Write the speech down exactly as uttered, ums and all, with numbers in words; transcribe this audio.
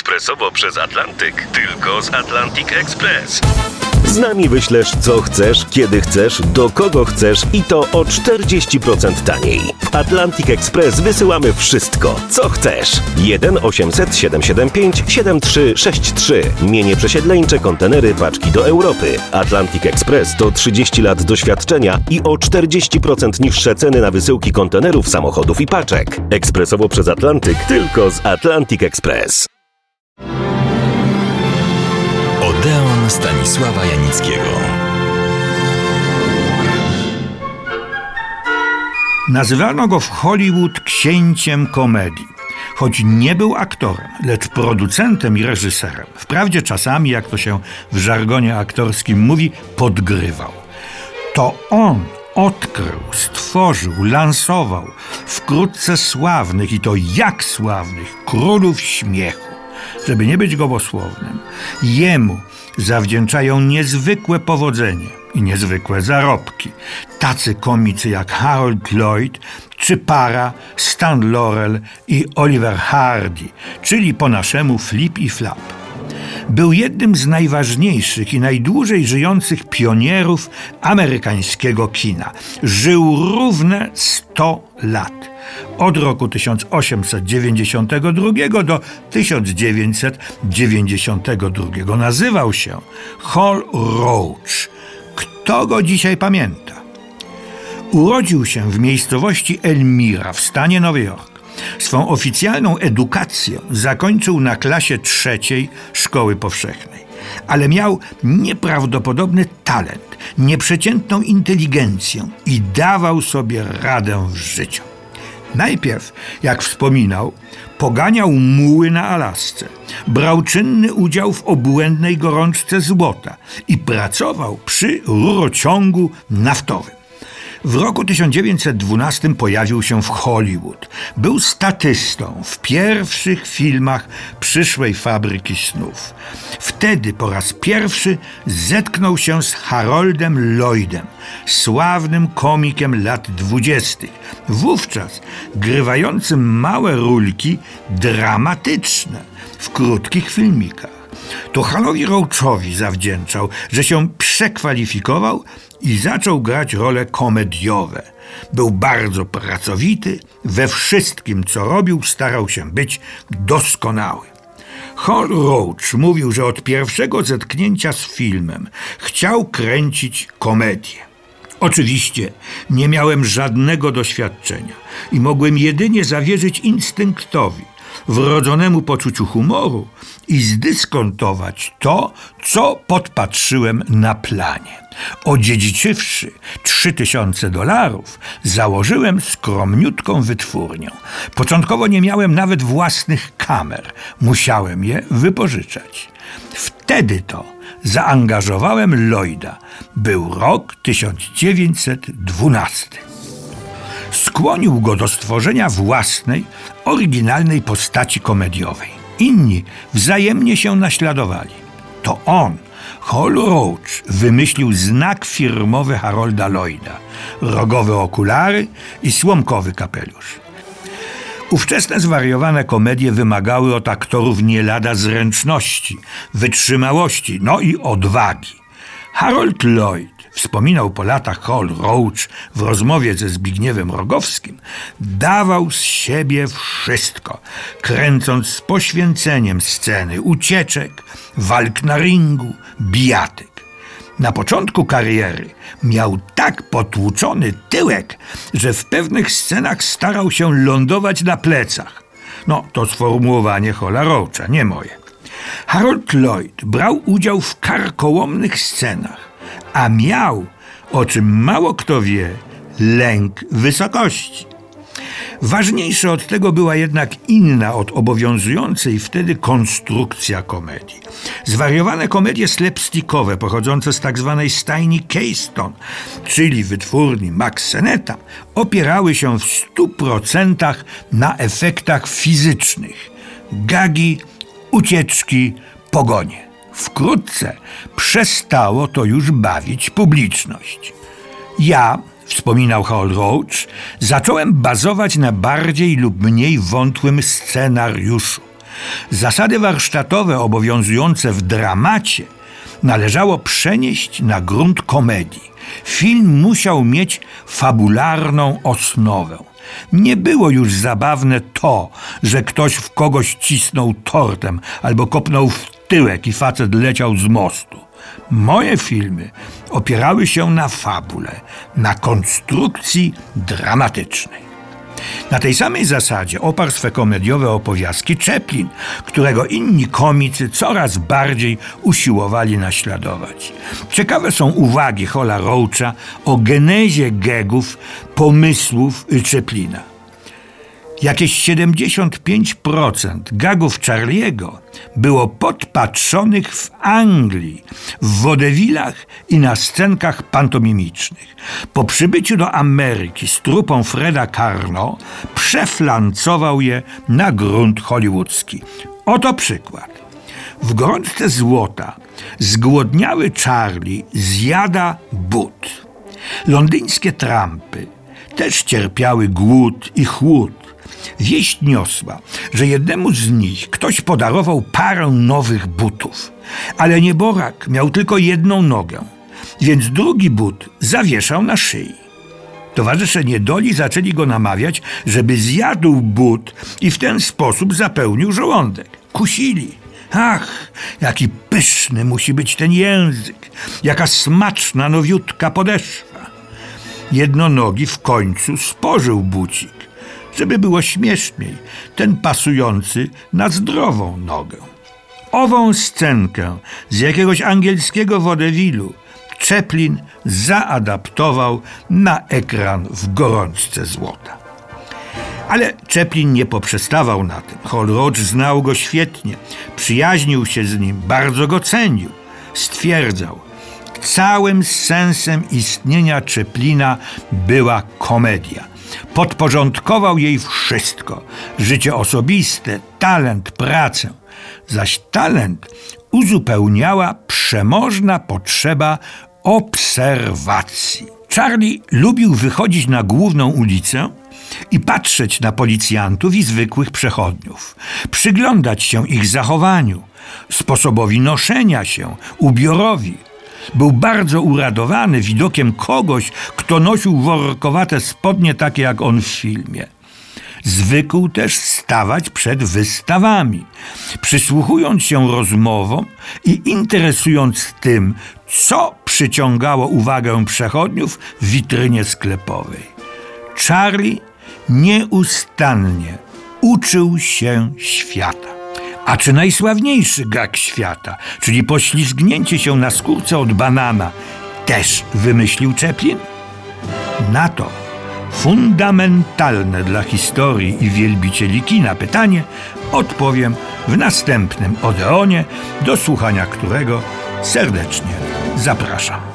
ekspresowo przez Atlantyk. Tylko z Atlantic Express. Z nami wyślesz co chcesz, kiedy chcesz, do kogo chcesz i to o czterdzieści procent taniej. W Atlantic Express wysyłamy wszystko, co chcesz. jeden osiemset siedemset siedemdziesiąt pięć siedemdziesiąt trzy sześćdziesiąt trzy. Mienie przesiedleńcze, kontenery, paczki do Europy. Atlantic Express to trzydzieści lat doświadczenia i o czterdzieści procent niższe ceny na wysyłki kontenerów, samochodów i paczek. Ekspresowo przez Atlantyk, tylko z Atlantic Express. Odeon Stanisława Janickiego. Nazywano go w Hollywood księciem komedii. Choć nie był aktorem, lecz producentem i reżyserem. Wprawdzie czasami, jak to się w żargonie aktorskim mówi, podgrywał. To on odkrył, stworzył, lansował wkrótce sławnych, i to jak sławnych, królów śmiechu. Żeby nie być gołosłownym, jemu zawdzięczają niezwykłe powodzenie i niezwykłe zarobki tacy komicy jak Harold Lloyd czy para Stan Laurel i Oliver Hardy, czyli po naszemu Flip i Flap. Był jednym z najważniejszych i najdłużej żyjących pionierów amerykańskiego kina. Żył równe sto lat. Od roku tysiąc osiemset dziewięćdziesiątego drugiego do tysiąc dziewięćset dziewięćdziesiątego drugiego. Nazywał się Hal Roach. Kto go dzisiaj pamięta? Urodził się w miejscowości Elmira w stanie Nowy Jork. Swą oficjalną edukację zakończył na klasie trzeciej szkoły powszechnej. Ale miał nieprawdopodobny talent, nieprzeciętną inteligencję i dawał sobie radę w życiu. Najpierw, jak wspominał, poganiał muły na Alasce, brał czynny udział w obłędnej gorączce złota i pracował przy rurociągu naftowym. W roku tysiąc dziewięćset dwunastym pojawił się w Hollywood. Był statystą w pierwszych filmach przyszłej fabryki snów. Wtedy po raz pierwszy zetknął się z Haroldem Lloydem, sławnym komikiem lat dwudziestych. Wówczas grywającym małe rólki dramatyczne w krótkich filmikach. To Halowi Roachowi zawdzięczał, że się przekwalifikował i zaczął grać role komediowe. Był bardzo pracowity, we wszystkim, co robił, starał się być doskonały. Hal Roach mówił, że od pierwszego zetknięcia z filmem chciał kręcić komedię. Oczywiście nie miałem żadnego doświadczenia i mogłem jedynie zawierzyć instynktowi, wrodzonemu poczuciu humoru i zdyskontować to, co podpatrzyłem na planie. Odziedziczywszy trzy tysiące dolarów, założyłem skromniutką wytwórnię. Początkowo nie miałem nawet własnych kamer. Musiałem je wypożyczać. Wtedy to zaangażowałem Lloyda. Był rok tysiąc dziewięćset dwunasty. Skłonił go do stworzenia własnej, oryginalnej postaci komediowej. Inni wzajemnie się naśladowali. To on, Hal Roach, wymyślił znak firmowy Harolda Lloyda, rogowe okulary i słomkowy kapelusz. Ówczesne zwariowane komedie wymagały od aktorów nie lada zręczności, wytrzymałości, no i odwagi. Harold Lloyd, wspominał po latach Hal Roach w rozmowie ze Zbigniewem Rogowskim, dawał z siebie wszystko, kręcąc z poświęceniem sceny ucieczek, walk na ringu, bijatyk. Na początku kariery miał tak potłuczony tyłek, że w pewnych scenach starał się lądować na plecach. No, to sformułowanie Hala Roacha, nie moje. Harold Lloyd brał udział w karkołomnych scenach, a miał, o czym mało kto wie, lęk wysokości. Ważniejsza od tego była jednak inna od obowiązującej wtedy konstrukcja komedii. Zwariowane komedie slapstickowe pochodzące z tak zwanej stajni Keystone, czyli wytwórni Max Seneta, opierały się w stu procentach na efektach fizycznych. Gagi, ucieczki, pogonie. Wkrótce przestało to już bawić publiczność. Ja, wspominał Hal Roach, zacząłem bazować na bardziej lub mniej wątłym scenariuszu. Zasady warsztatowe obowiązujące w dramacie należało przenieść na grunt komedii. Film musiał mieć fabularną osnowę. Nie było już zabawne to, że ktoś w kogoś cisnął tortem albo kopnął w tyłek i facet leciał z mostu. Moje filmy opierały się na fabule, na konstrukcji dramatycznej. Na tej samej zasadzie oparł swe komediowe opowiastki Chaplin, którego inni komicy coraz bardziej usiłowali naśladować. Ciekawe są uwagi Hola Roacha o genezie gagów, pomysłów Chaplina. Jakieś siedemdziesiąt pięć procent gagów Charlie'ego było podpatrzonych w Anglii, w wodewilach i na scenkach pantomimicznych. Po przybyciu do Ameryki z trupą Freda Karno przeflancował je na grunt hollywoodzki. Oto przykład. W gorączce złota zgłodniały Charlie zjada but. Londyńskie trampy też cierpiały głód i chłód. Wieść niosła, że jednemu z nich ktoś podarował parę nowych butów, ale nieborak miał tylko jedną nogę, więc drugi but zawieszał na szyi. Towarzysze niedoli zaczęli go namawiać, żeby zjadł but i w ten sposób zapełnił żołądek. Kusili. Ach, jaki pyszny musi być ten język, jaka smaczna, nowiutka podeszwa. Jednonogi w końcu spożył bucik, żeby było śmieszniej, ten pasujący na zdrową nogę. Ową scenkę z jakiegoś angielskiego wodewilu Chaplin zaadaptował na ekran w gorączce złota. Ale Chaplin nie poprzestawał na tym. Hol Roach znał go świetnie, przyjaźnił się z nim, bardzo go cenił. Stwierdzał, całym sensem istnienia Chaplina była komedia. Podporządkował jej wszystko. Życie osobiste, talent, pracę. Zaś talent uzupełniała przemożna potrzeba obserwacji. Charlie lubił wychodzić na główną ulicę i patrzeć na policjantów i zwykłych przechodniów. Przyglądać się ich zachowaniu, sposobowi noszenia się, ubiorowi. Był bardzo uradowany widokiem kogoś, kto nosił workowate spodnie takie jak on w filmie. Zwykł też stawać przed wystawami, przysłuchując się rozmowom i interesując tym, co przyciągało uwagę przechodniów w witrynie sklepowej. Charlie nieustannie uczył się świata. A czy najsławniejszy gag świata, czyli poślizgnięcie się na skórce od banana, też wymyślił Chaplin? Na to fundamentalne dla historii i wielbicieli kina pytanie odpowiem w następnym Odeonie, do słuchania którego serdecznie zapraszam.